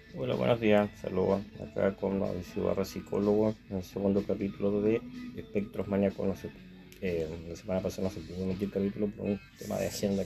Hola, buenos días, saludos. Acá con Mauricio Barra, psicólogo, en el segundo capítulo de Espectros Maníacos. No sé, la semana pasada no se pudo emitir capítulo por un tema de agenda.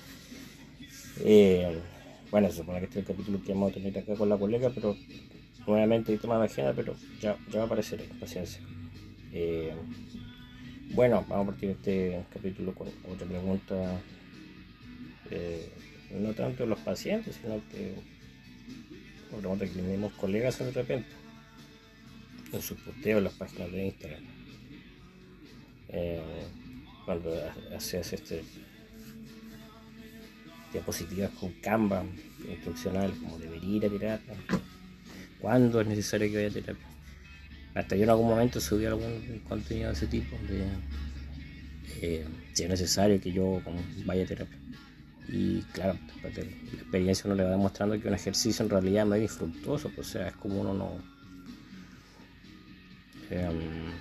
Eh, bueno, se supone que este es el capítulo que vamos a tener acá con la colega, pero nuevamente hay tema de agenda, pero ya va a aparecer, paciencia. Eh, bueno, vamos a partir este capítulo con otra pregunta, eh, no tanto de los pacientes, sino que una pregunta que los mismos colegas de repente en sus posteos en las páginas de Instagram. eh, Cuando haces diapositivas con Canva instruccionales como debería ir a terapia, cuándo es necesario que vaya a terapia. Hasta yo en algún momento subí algún contenido de ese tipo, de si es necesario que yo vaya a terapia. Y claro, después de la experiencia uno le va demostrando que un ejercicio en realidad no es infructuoso, pues, o sea, es como uno no... Eh,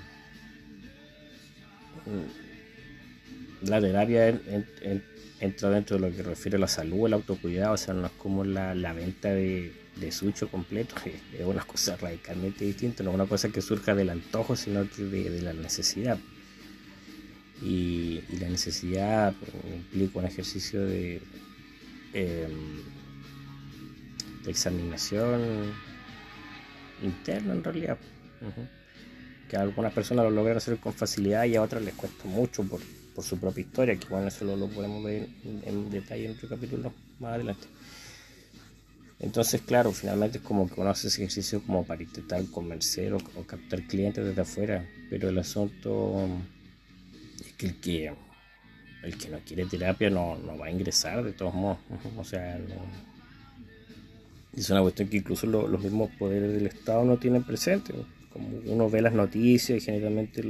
la terapia entra dentro de lo que refiere a la salud, el autocuidado, o sea, no es como la venta de sucho completo, es una cosa radicalmente distinta, no es una cosa que surja del antojo, sino que de la necesidad. Y la necesidad pues, implica un ejercicio eh, de examinación interna en realidad. Uh-huh. Que a algunas personas lo logran hacer con facilidad y a otras les cuesta mucho por su propia historia, que bueno, eso lo podemos ver en detalle en otro capítulo más adelante. Entonces, claro, finalmente es como que uno hace ese ejercicio como para intentar convencer o captar clientes desde afuera, pero el asunto es que el que no quiere terapia no va a ingresar de todos modos. O sea, no, es una cuestión que incluso los mismos poderes del Estado no tienen presente. Como uno ve las noticias y generalmente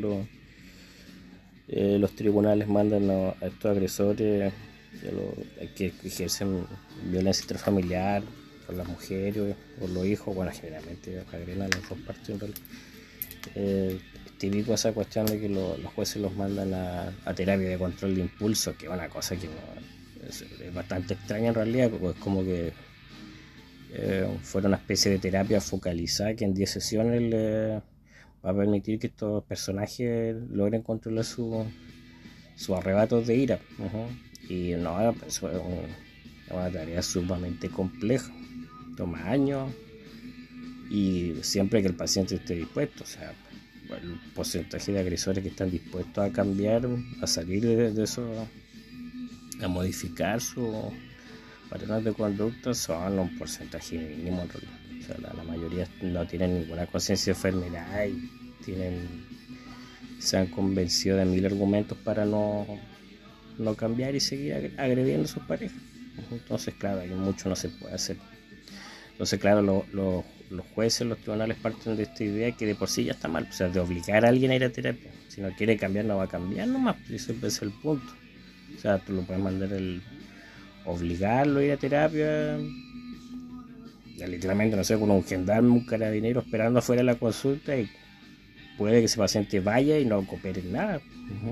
los tribunales mandan a estos agresores que ejercen violencia intrafamiliar por las mujeres o los hijos, bueno, generalmente agreden a las dos partes en realidad. Es típico esa cuestión de que los jueces los mandan a terapia de control de impulso, que es una cosa que no, es bastante extraña en realidad, porque es como que fuera una especie de terapia focalizada que en 10 sesiones le va a permitir que estos personajes logren controlar sus arrebatos de ira. Y no, eso es una tarea sumamente compleja, toma años y siempre que el paciente esté dispuesto, o sea, el porcentaje de agresores que están dispuestos a cambiar, a salir de eso, a modificar su patrones de conducta son un porcentaje mínimo en realidad. O sea, la mayoría no tienen ninguna conciencia de enfermedad y se han convencido de mil argumentos para no cambiar y seguir agrediendo a sus parejas. Entonces, claro, hay mucho no se puede hacer. Entonces, claro, los jueces, los tribunales parten de esta idea que de por sí ya está mal, o sea, de obligar a alguien a ir a terapia. Si no quiere cambiar, no va a cambiar nomás, ese es el punto. O sea, tú lo puedes mandar obligarlo a ir a terapia, ya literalmente, no sé, con un gendarme, un carabinero esperando afuera de la consulta y puede que ese paciente vaya y no coopere en nada.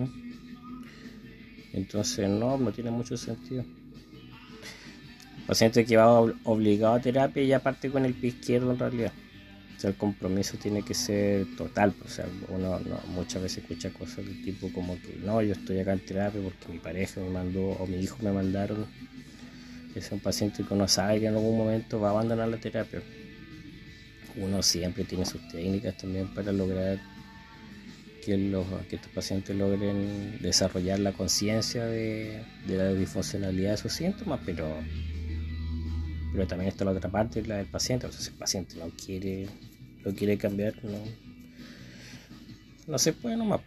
Entonces, no tiene mucho sentido. El paciente que va obligado a terapia ya parte con el pie izquierdo en realidad. O sea, el compromiso tiene que ser total. O sea, uno muchas veces escucha cosas del tipo como que no, yo estoy acá en terapia porque mi pareja me mandó o mi hijo me mandaron. Es un paciente que uno sabe que en algún momento va a abandonar la terapia. Uno siempre tiene sus técnicas también para lograr que estos pacientes logren desarrollar la conciencia de la disfuncionalidad de sus síntomas, pero también está la otra parte, la del paciente. O sea, si el paciente no quiere cambiar, no se puede nomás.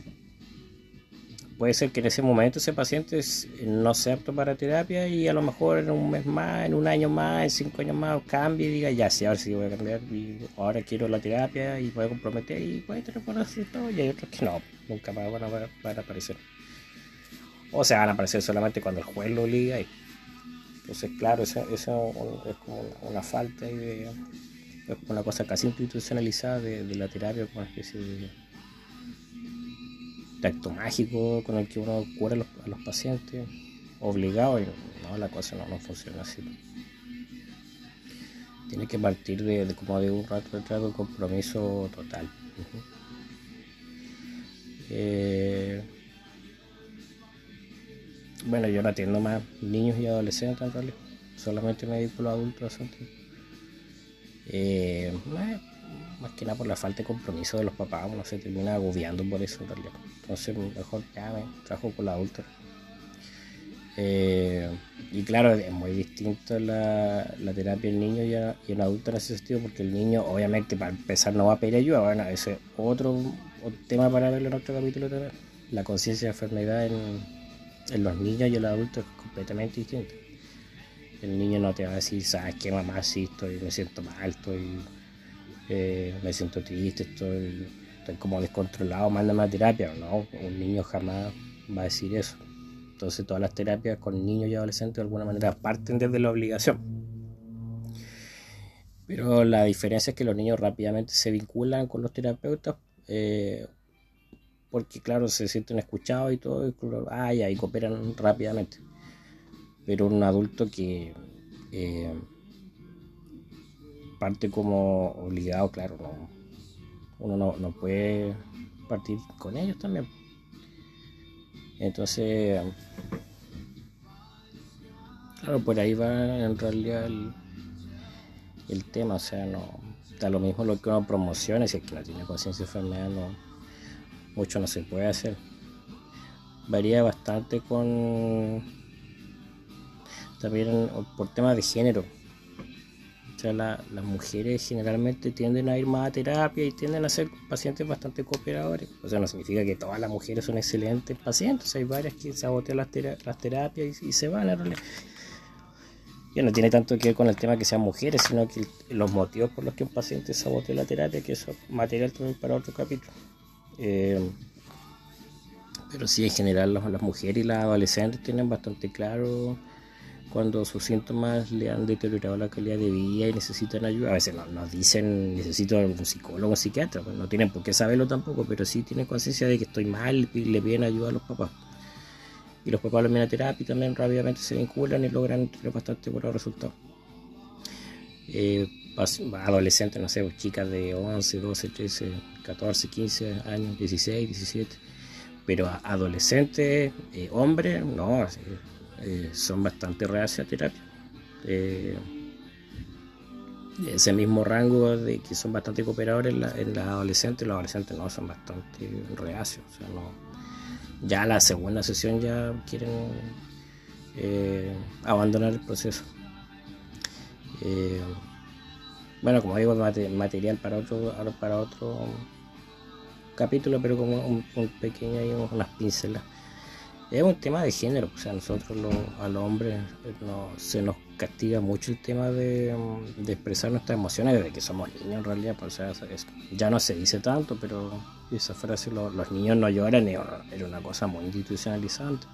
Puede ser que en ese momento ese paciente no sea apto para terapia y a lo mejor en un mes más, en un año más, en 5 años más cambie y diga ya sí, ahora sí voy a cambiar y ahora quiero la terapia y voy a comprometer y puede tener buenos resultados, y hay otros que no, nunca más van a aparecer. O sea, van a aparecer solamente cuando el juez lo obliga. Entonces, claro, eso es como una falta es una cosa casi institucionalizada de la terapia, como una especie de acto mágico con el que uno cura a los pacientes obligado, y no, la cosa no funciona así. tiene que partir como de un retrato de compromiso total. Bueno, yo no atiendo más niños y adolescentes en realidad, solamente me dedico a los adultos hace un tiempo. Más que nada por la falta de compromiso de los papás, uno se termina agobiando por eso en realidad. Entonces mejor ya me trabajo con los adultos. Y claro, es muy distinto la terapia en niño y en adulto en ese sentido, porque el niño obviamente para empezar no va a pedir ayuda. Bueno, ese es otro tema para verlo en otro capítulo también. La conciencia de enfermedad en los niños y en los adultos es completamente distinta. El niño no te va a decir, ¿sabes qué, mamá? Sí, me siento mal, me siento triste, estoy como descontrolado, mándame a terapia. No, un niño jamás va a decir eso. Entonces todas las terapias con niños y adolescentes de alguna manera parten desde la obligación. Pero la diferencia es que los niños rápidamente se vinculan con los terapeutas porque claro, se sienten escuchados y todo, y cooperan rápidamente. Pero un adulto que parte como obligado, claro, uno no puede partir con ellos también. Entonces, claro, por ahí va en realidad el tema, o sea, no da lo mismo lo que uno promocione, si es que no tiene conciencia de enfermedad, mucho no se puede hacer. Varía bastante también por temas de género. O sea, las mujeres generalmente tienden a ir más a terapia y tienden a ser pacientes bastante cooperadores. O sea, no significa que todas las mujeres son excelentes pacientes. O sea, hay varias que sabotean las terapias y se van en realidad. Y no tiene tanto que ver con el tema que sean mujeres, sino que los motivos por los que un paciente sabotea la terapia, que eso es material también para otro capítulo. Pero sí, en general las mujeres y las adolescentes tienen bastante claro cuando sus síntomas le han deteriorado la calidad de vida y necesitan ayuda. A veces nos dicen necesito un psicólogo o un psiquiatra, pues no tienen por qué saberlo tampoco, pero sí tienen conciencia de que estoy mal y le piden ayuda a los papás. Y los papás los vienen a terapia y también rápidamente se vinculan y logran tener bastante buenos resultados. Adolescentes, no sé, chicas de 11, 12, 13, 14, 15 años, 16, 17, pero adolescentes, hombres, no, son bastante reacios a terapia. Ese mismo rango de que son bastante cooperadores en los adolescentes no, son bastante reacios. O sea, no, ya la segunda sesión ya quieren abandonar el proceso. Bueno, como digo, material para otro capítulo, pero como un pequeño ahí, unas pincelas. Es un tema de género, o sea, nosotros a los hombres se nos castiga mucho el tema de expresar nuestras emociones desde que somos niños en realidad, pues, o sea, ya no se dice tanto, pero esa frase, los niños no lloran, era una cosa muy institucionalizante.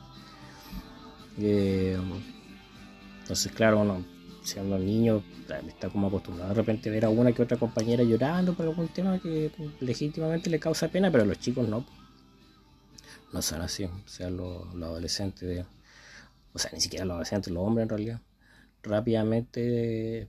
Entonces, claro, uno siendo niño está como acostumbrado de repente a ver a una que otra compañera llorando por algún tema que legítimamente le causa pena, pero los chicos no son así. O sea, los adolescentes, o sea, ni siquiera los adolescentes, los hombres en realidad, rápidamente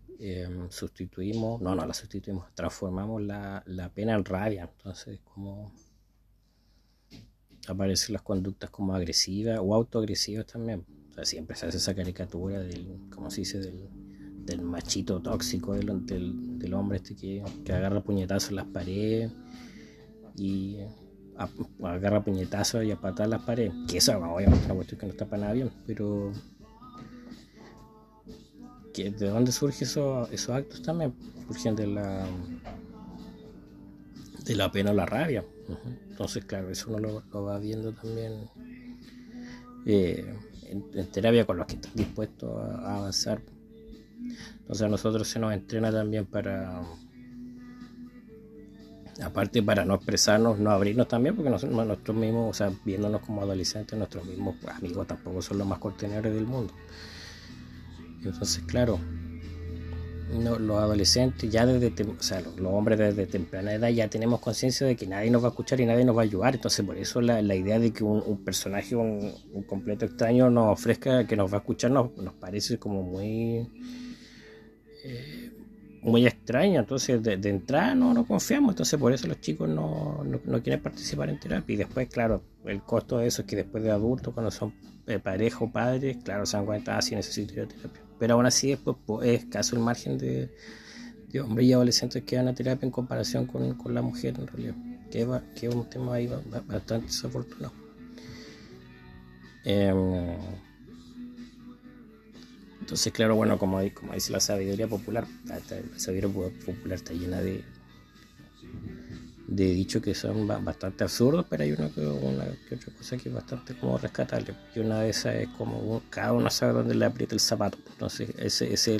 transformamos la pena en rabia. Entonces, como aparecen las conductas como agresivas o autoagresivas también. O sea, siempre se hace esa caricatura como se dice, del machito tóxico del hombre que agarra puñetazos en las paredes y agarra puñetazos y a patar las paredes, que eso obviamente es una cuestión que no está para nada bien, pero ¿de dónde surgen esos actos también? Surgen de la pena o la rabia. Entonces, claro, eso uno lo va viendo también en terapia con los que están dispuestos a avanzar. Entonces a nosotros se nos entrena también aparte para no expresarnos, no abrirnos también, porque nosotros mismos, o sea, viéndonos como adolescentes, nuestros mismos amigos tampoco son los más contenedores del mundo. Entonces, claro, los adolescentes ya los hombres desde temprana edad ya tenemos conciencia de que nadie nos va a escuchar y nadie nos va a ayudar. Entonces por eso la idea de que un personaje, un completo extraño nos ofrezca que nos va a escuchar nos parece como muy muy extraño, entonces de entrada no confiamos, entonces por eso los chicos no quieren participar en terapia. Y después, claro, el costo de eso es que después de adultos, cuando son pareja o padres, claro, se dan cuenta, sí necesito ir a terapia. Pero aún así después es escaso el margen de hombres y adolescentes que van a terapia en comparación con la mujer, en realidad, que es un tema ahí bastante desafortunado. Entonces, claro, bueno, como dice la sabiduría popular, la sabiduría popular está llena de dichos que son bastante absurdos, pero hay una que otra cosa que es bastante como rescatable. Y una de esas es como cada uno sabe dónde le aprieta el zapato. Entonces, ese es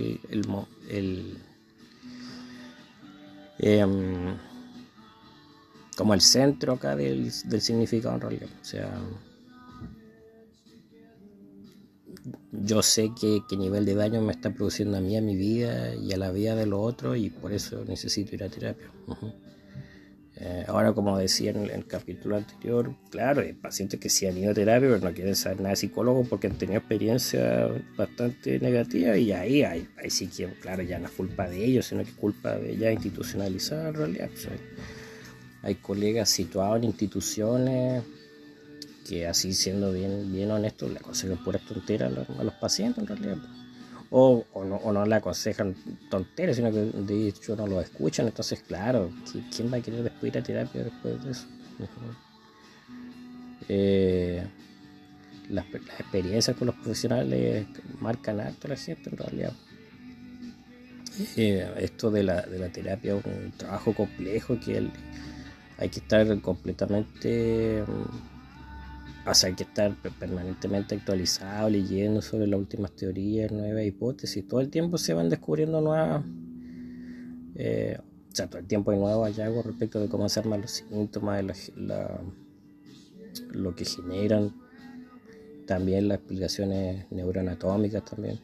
como el centro acá del significado en realidad. O sea, yo sé qué nivel de daño me está produciendo a mí, a mi vida y a la vida de los otros, y por eso necesito ir a terapia. Ahora, como decía en el capítulo anterior, claro, hay pacientes que sí han ido a terapia, pero no quieren saber nada de psicólogo porque han tenido experiencias bastante negativas, y ahí sí que, claro, ya no es culpa de ellos, sino que es culpa de ya institucionalizada en realidad. Pues hay colegas situados en instituciones que, así siendo bien honestos, le aconsejan puras tonteras a los pacientes en realidad. O no le aconsejan tonteras, sino que de hecho no lo escuchan. Entonces, claro, ¿quién va a querer después ir a terapia después de eso? Las experiencias con los profesionales marcan harto a la gente en realidad. Esto de la terapia es un trabajo complejo que hay que estar completamente... O sea, hay que estar permanentemente actualizado, leyendo sobre las últimas teorías, nuevas hipótesis. Todo el tiempo se van descubriendo nuevas... o sea, todo el tiempo hay nuevos hallazgos respecto de cómo se arman los síntomas, lo que generan, también las explicaciones neuroanatómicas también,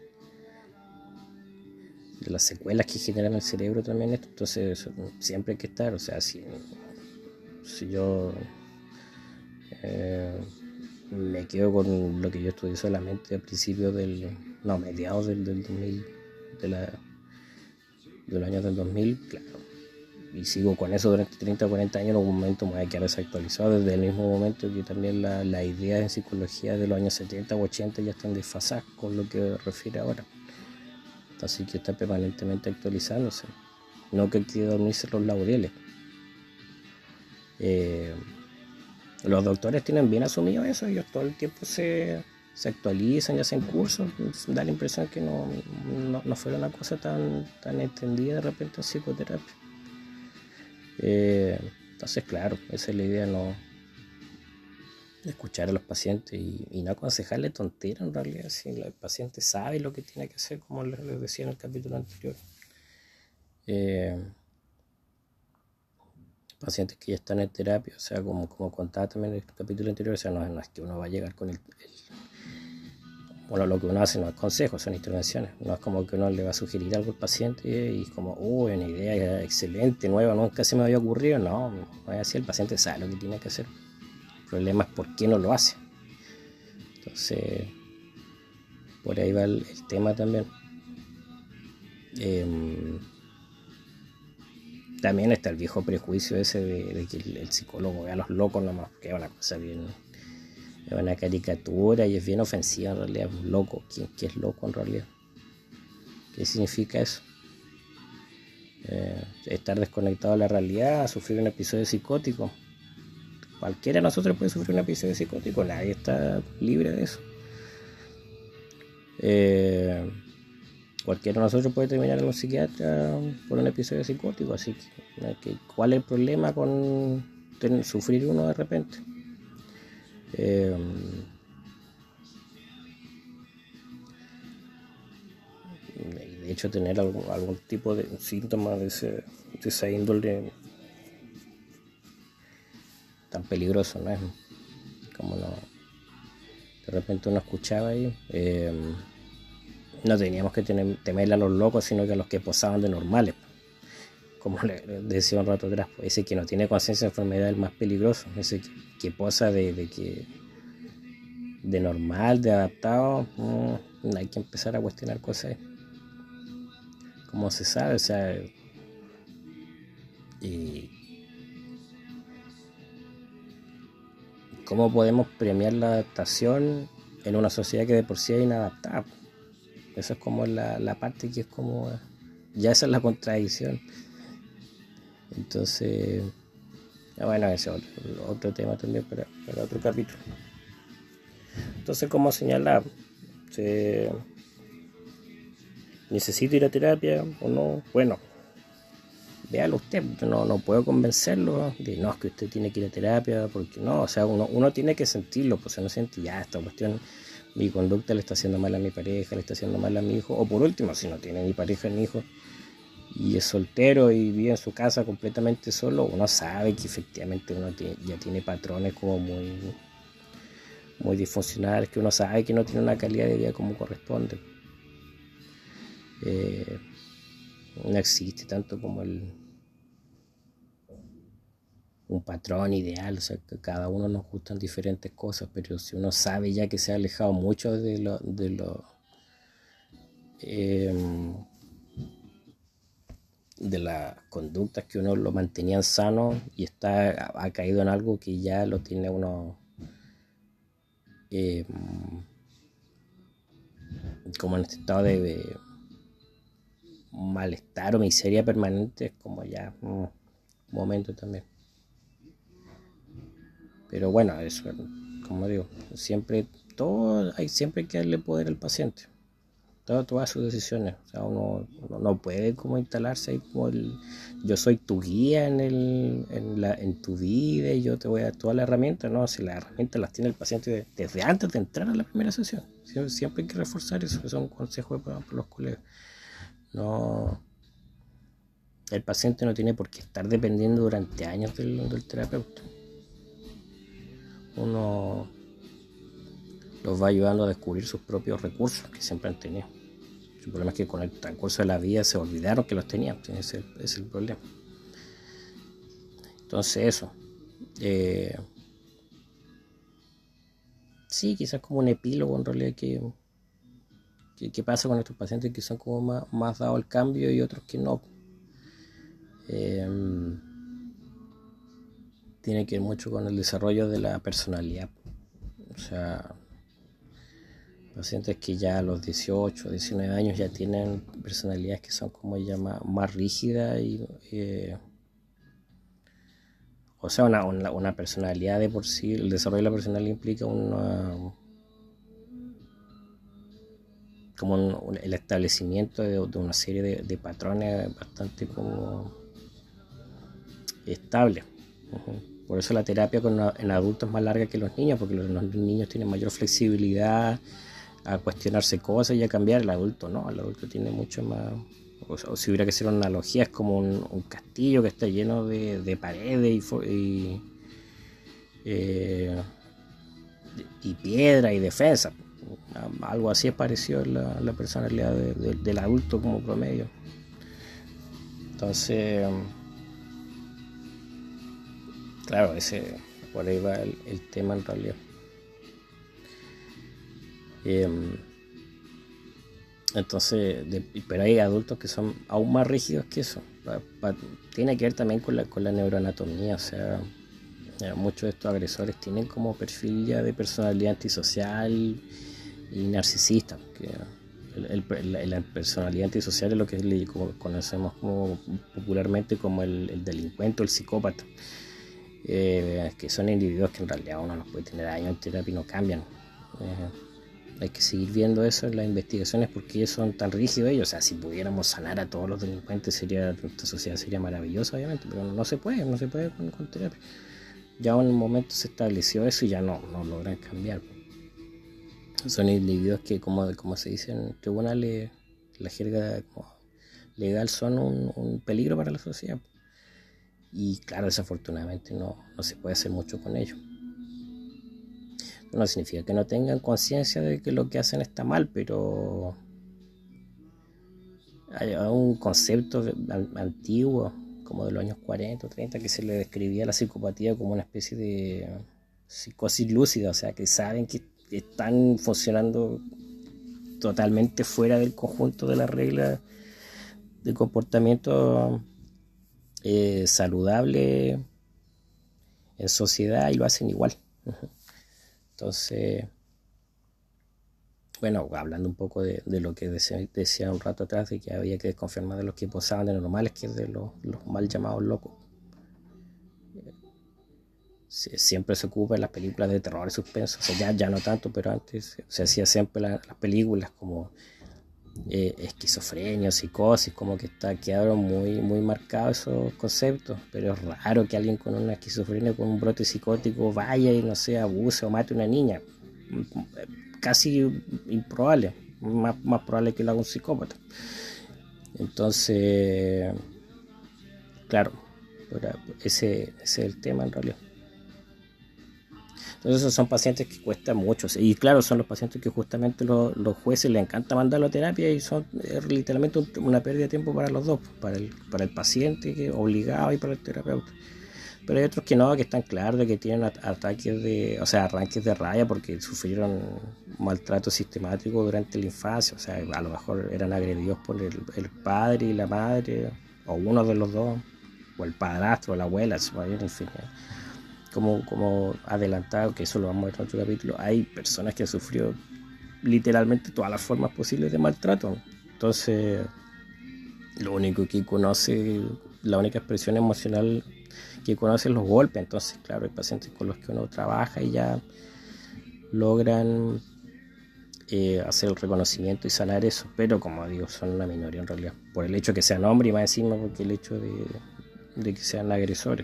de las secuelas que generan el cerebro también esto. Entonces siempre hay que estar, o sea, si yo me quedo con lo que yo estudié solamente a principios mediados del 2000, del año del 2000, claro, y sigo con eso durante 30 o 40 años, en algún momento me voy a quedar desactualizado, desde el mismo momento que también las ideas en psicología de los años 70 o 80 ya están desfasadas con lo que refiere ahora. Entonces hay que estar permanentemente actualizándose, no que hay que dormirse los laureles. Los doctores tienen bien asumido eso, ellos todo el tiempo se actualizan y hacen cursos. Da la impresión que no fuera una cosa tan extendida de repente en psicoterapia. Entonces, claro, esa es la idea, no escuchar a los pacientes y no aconsejarle tonteras en realidad, si el paciente sabe lo que tiene que hacer, como les decía en el capítulo anterior. Pacientes que ya están en terapia, o sea, como contaba también en el capítulo anterior, o sea, no es que uno va a llegar con bueno, lo que uno hace no es consejo, son intervenciones. No es como que uno le va a sugerir algo al paciente y como, una idea excelente, nueva, nunca se me había ocurrido. No es así, el paciente sabe lo que tiene que hacer. El problema es por qué no lo hace. Entonces, por ahí va el tema también. También está el viejo prejuicio ese de que el psicólogo ve a los locos nomás, que es una cosa bien... Es una caricatura y es bien ofensiva en realidad. Un loco, ¿qué es loco en realidad? ¿Qué significa eso? Estar desconectado de la realidad, sufrir un episodio psicótico. Cualquiera de nosotros puede sufrir un episodio psicótico, nadie está libre de eso. Cualquiera de nosotros puede terminar en un psiquiatra por un episodio psicótico, así que ¿cuál es el problema con sufrir uno de repente? De hecho, tener algún tipo de síntoma de esa índole tan peligroso, ¿no es? Como de repente uno escuchaba ahí, no teníamos que temerle a los locos, sino que a los que posaban de normales, como le decía un rato atrás, pues ese que no tiene conciencia de enfermedad es el más peligroso, ese que posa de normal, de adaptado. Hay que empezar a cuestionar cosas ahí. como se sabe, o sea, y cómo podemos premiar la adaptación en una sociedad que de por sí es inadaptada. Eso es como la parte que es como, ya esa es la contradicción. Entonces, bueno, ese es otro tema también para otro capítulo. Entonces, como señalar, ¿necesito ir a terapia o no? Bueno, véalo usted, no puedo convencerlo de no, es que usted tiene que ir a terapia, porque no, o sea, uno tiene que sentirlo, pues si no siente ya esta cuestión, mi conducta le está haciendo mal a mi pareja, le está haciendo mal a mi hijo, o por último, si no tiene ni pareja ni hijo y es soltero y vive en su casa completamente solo, uno sabe que efectivamente uno ya tiene patrones como muy disfuncionales, que uno sabe que no tiene una calidad de vida como corresponde. No existe tanto como un patrón ideal, o sea, que cada uno nos gustan diferentes cosas, pero si uno sabe ya que se ha alejado mucho de las conductas que uno lo mantenían sano y ha caído en algo que ya lo tiene uno como en este estado de malestar o miseria permanente, es como ya un momento también. Pero bueno, eso, como digo, siempre hay siempre que darle poder al paciente, todas sus decisiones. O sea, uno no puede como instalarse ahí como yo soy tu guía en tu vida y yo te voy a dar todas las herramientas. No, si las herramientas las tiene el paciente desde antes de entrar a la primera sesión. Siempre hay que reforzar eso, que son consejos para los colegas. No, el paciente no tiene por qué estar dependiendo durante años del terapeuta. Uno los va ayudando a descubrir sus propios recursos que siempre han tenido. El problema es que con el transcurso de la vida se olvidaron que los tenían. Ese es el problema. Entonces eso. Sí, quizás como un epílogo en realidad que pasa con estos pacientes que son como más dados al cambio y otros que no. Tiene que ver mucho con el desarrollo de la personalidad. O sea, pacientes que ya a los 18, 19 años ya tienen personalidades que son como ya más rígidas y o sea, una personalidad de por sí, el desarrollo de la personalidad implica el establecimiento de una serie de patrones bastante como estables. Por eso la terapia en adultos es más larga que los niños, porque los niños tienen mayor flexibilidad a cuestionarse cosas y a cambiar. El adulto no, el adulto tiene mucho más, o si hubiera que hacer una analogía, es como un castillo que está lleno de paredes y piedra y defensa. Algo así es parecido a la personalidad del adulto como promedio. Entonces, claro, por ahí va el tema en realidad. Entonces, pero hay adultos que son aún más rígidos que eso. Tiene que ver también con la neuroanatomía. O sea, muchos de estos agresores tienen como perfil ya de personalidad antisocial y narcisista. La personalidad antisocial es lo que conocemos como popularmente como el delincuente o el psicópata. Que son individuos que en realidad uno los puede tener años en terapia y no cambian. Hay que seguir viendo eso en las investigaciones porque ellos son tan rígidos ellos. O sea, si pudiéramos sanar a todos los delincuentes, esta sociedad sería maravillosa, obviamente, pero no se puede con terapia. Ya en un momento se estableció eso y ya no logran cambiar. Son individuos que, como se dice en tribunales, la jerga legal, son un peligro para la sociedad. Y claro, desafortunadamente no se puede hacer mucho con ellos. No significa que no tengan conciencia de que lo que hacen está mal, pero hay un concepto antiguo, como de los años 40 o 30, que se le describía a la psicopatía como una especie de psicosis lúcida, o sea, que saben que están funcionando totalmente fuera del conjunto de las reglas de comportamiento saludable en sociedad y lo hacen igual. Entonces, bueno, hablando un poco de lo que decía un rato atrás, de que había que desconfiar de los que posaban de normales que de los mal llamados locos. Siempre se ocupa en las películas de terror y suspenso, o sea, ya no tanto, pero antes se hacía siempre las películas como esquizofrenia, psicosis, como que quedaron muy marcados esos conceptos, pero es raro que alguien con una esquizofrenia, con un brote psicótico, vaya y no sé, abuse o mate a una niña. Casi improbable, más probable que lo haga un psicópata. Entonces, claro, ese es el tema en realidad. Entonces esos son pacientes que cuestan mucho, y claro, son los pacientes que justamente los jueces les encanta mandarlo a terapia, y es literalmente una pérdida de tiempo para los dos, para el paciente que obligado y para el terapeuta. Pero hay otros que no, que están claros de que tienen arranques de rabia porque sufrieron maltrato sistemático durante la infancia, o sea, a lo mejor eran agredidos por el padre y la madre, o uno de los dos, o el padrastro o la abuela, en fin. Como adelantado, que eso lo vamos a ver en otro capítulo, hay personas que han sufrido literalmente todas las formas posibles de maltrato. Entonces, lo único que conoce, la única expresión emocional que conoce es los golpes. Entonces, claro, hay pacientes con los que uno trabaja y ya logran hacer el reconocimiento y sanar eso, pero como digo, son una minoría en realidad, por el hecho de que sean hombres y más encima porque el hecho de que sean agresores.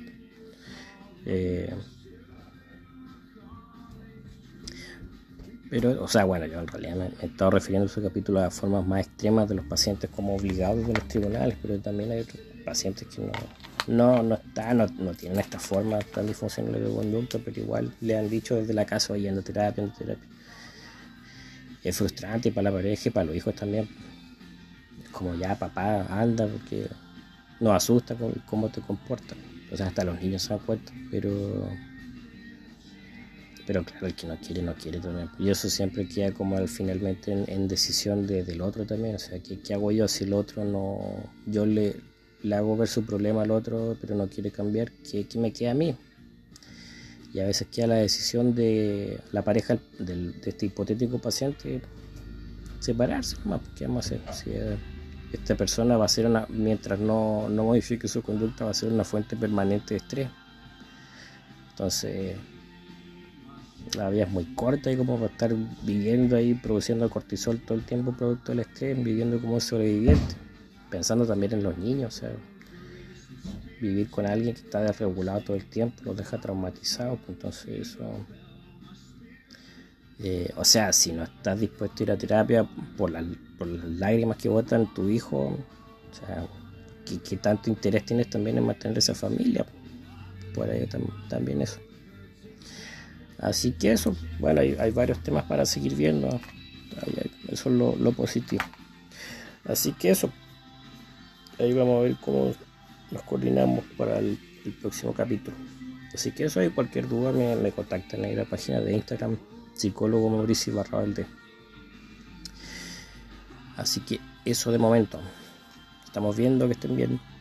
Pero, o sea, bueno, yo en realidad me he estado refiriendo a ese capítulo a formas más extremas de los pacientes como obligados de los tribunales, pero también hay otros pacientes que no tienen esta forma tan disfuncional de conducta, pero igual le han dicho desde la casa, oye, ando terapia. Es frustrante para la pareja y para los hijos también. Es como, ya papá, anda, porque nos asusta con cómo te comportas. O sea, hasta los niños se dan cuenta, pero claro, el que no quiere también. Y eso siempre queda como finalmente en decisión del otro también. O sea, ¿qué hago yo si el otro no... Yo le hago ver su problema al otro, pero no quiere cambiar? ¿Qué me queda a mí? Y a veces queda la decisión de la pareja de este hipotético paciente separarse nomás. ¿Qué vamos a hacer? Si esta persona va a ser mientras no modifique su conducta, va a ser una fuente permanente de estrés. Entonces, la vida es muy corta y como para estar viviendo ahí produciendo cortisol todo el tiempo producto del estrés, viviendo como un sobreviviente, pensando también en los niños. O sea, vivir con alguien que está desregulado todo el tiempo los deja traumatizados. Entonces eso, o sea, si no estás dispuesto a ir a terapia por las lágrimas que botan tu hijo, o sea, ¿qué tanto interés tienes también en mantener esa familia? Por ahí también eso. Así que eso, bueno, hay varios temas para seguir viendo. Eso es lo positivo. Así que eso, ahí vamos a ver cómo nos coordinamos para el próximo capítulo. Así que eso, hay cualquier duda me contactan en la página de Instagram, psicólogo Mauricio _D. Así que eso de momento. Estamos viendo, que estén bien.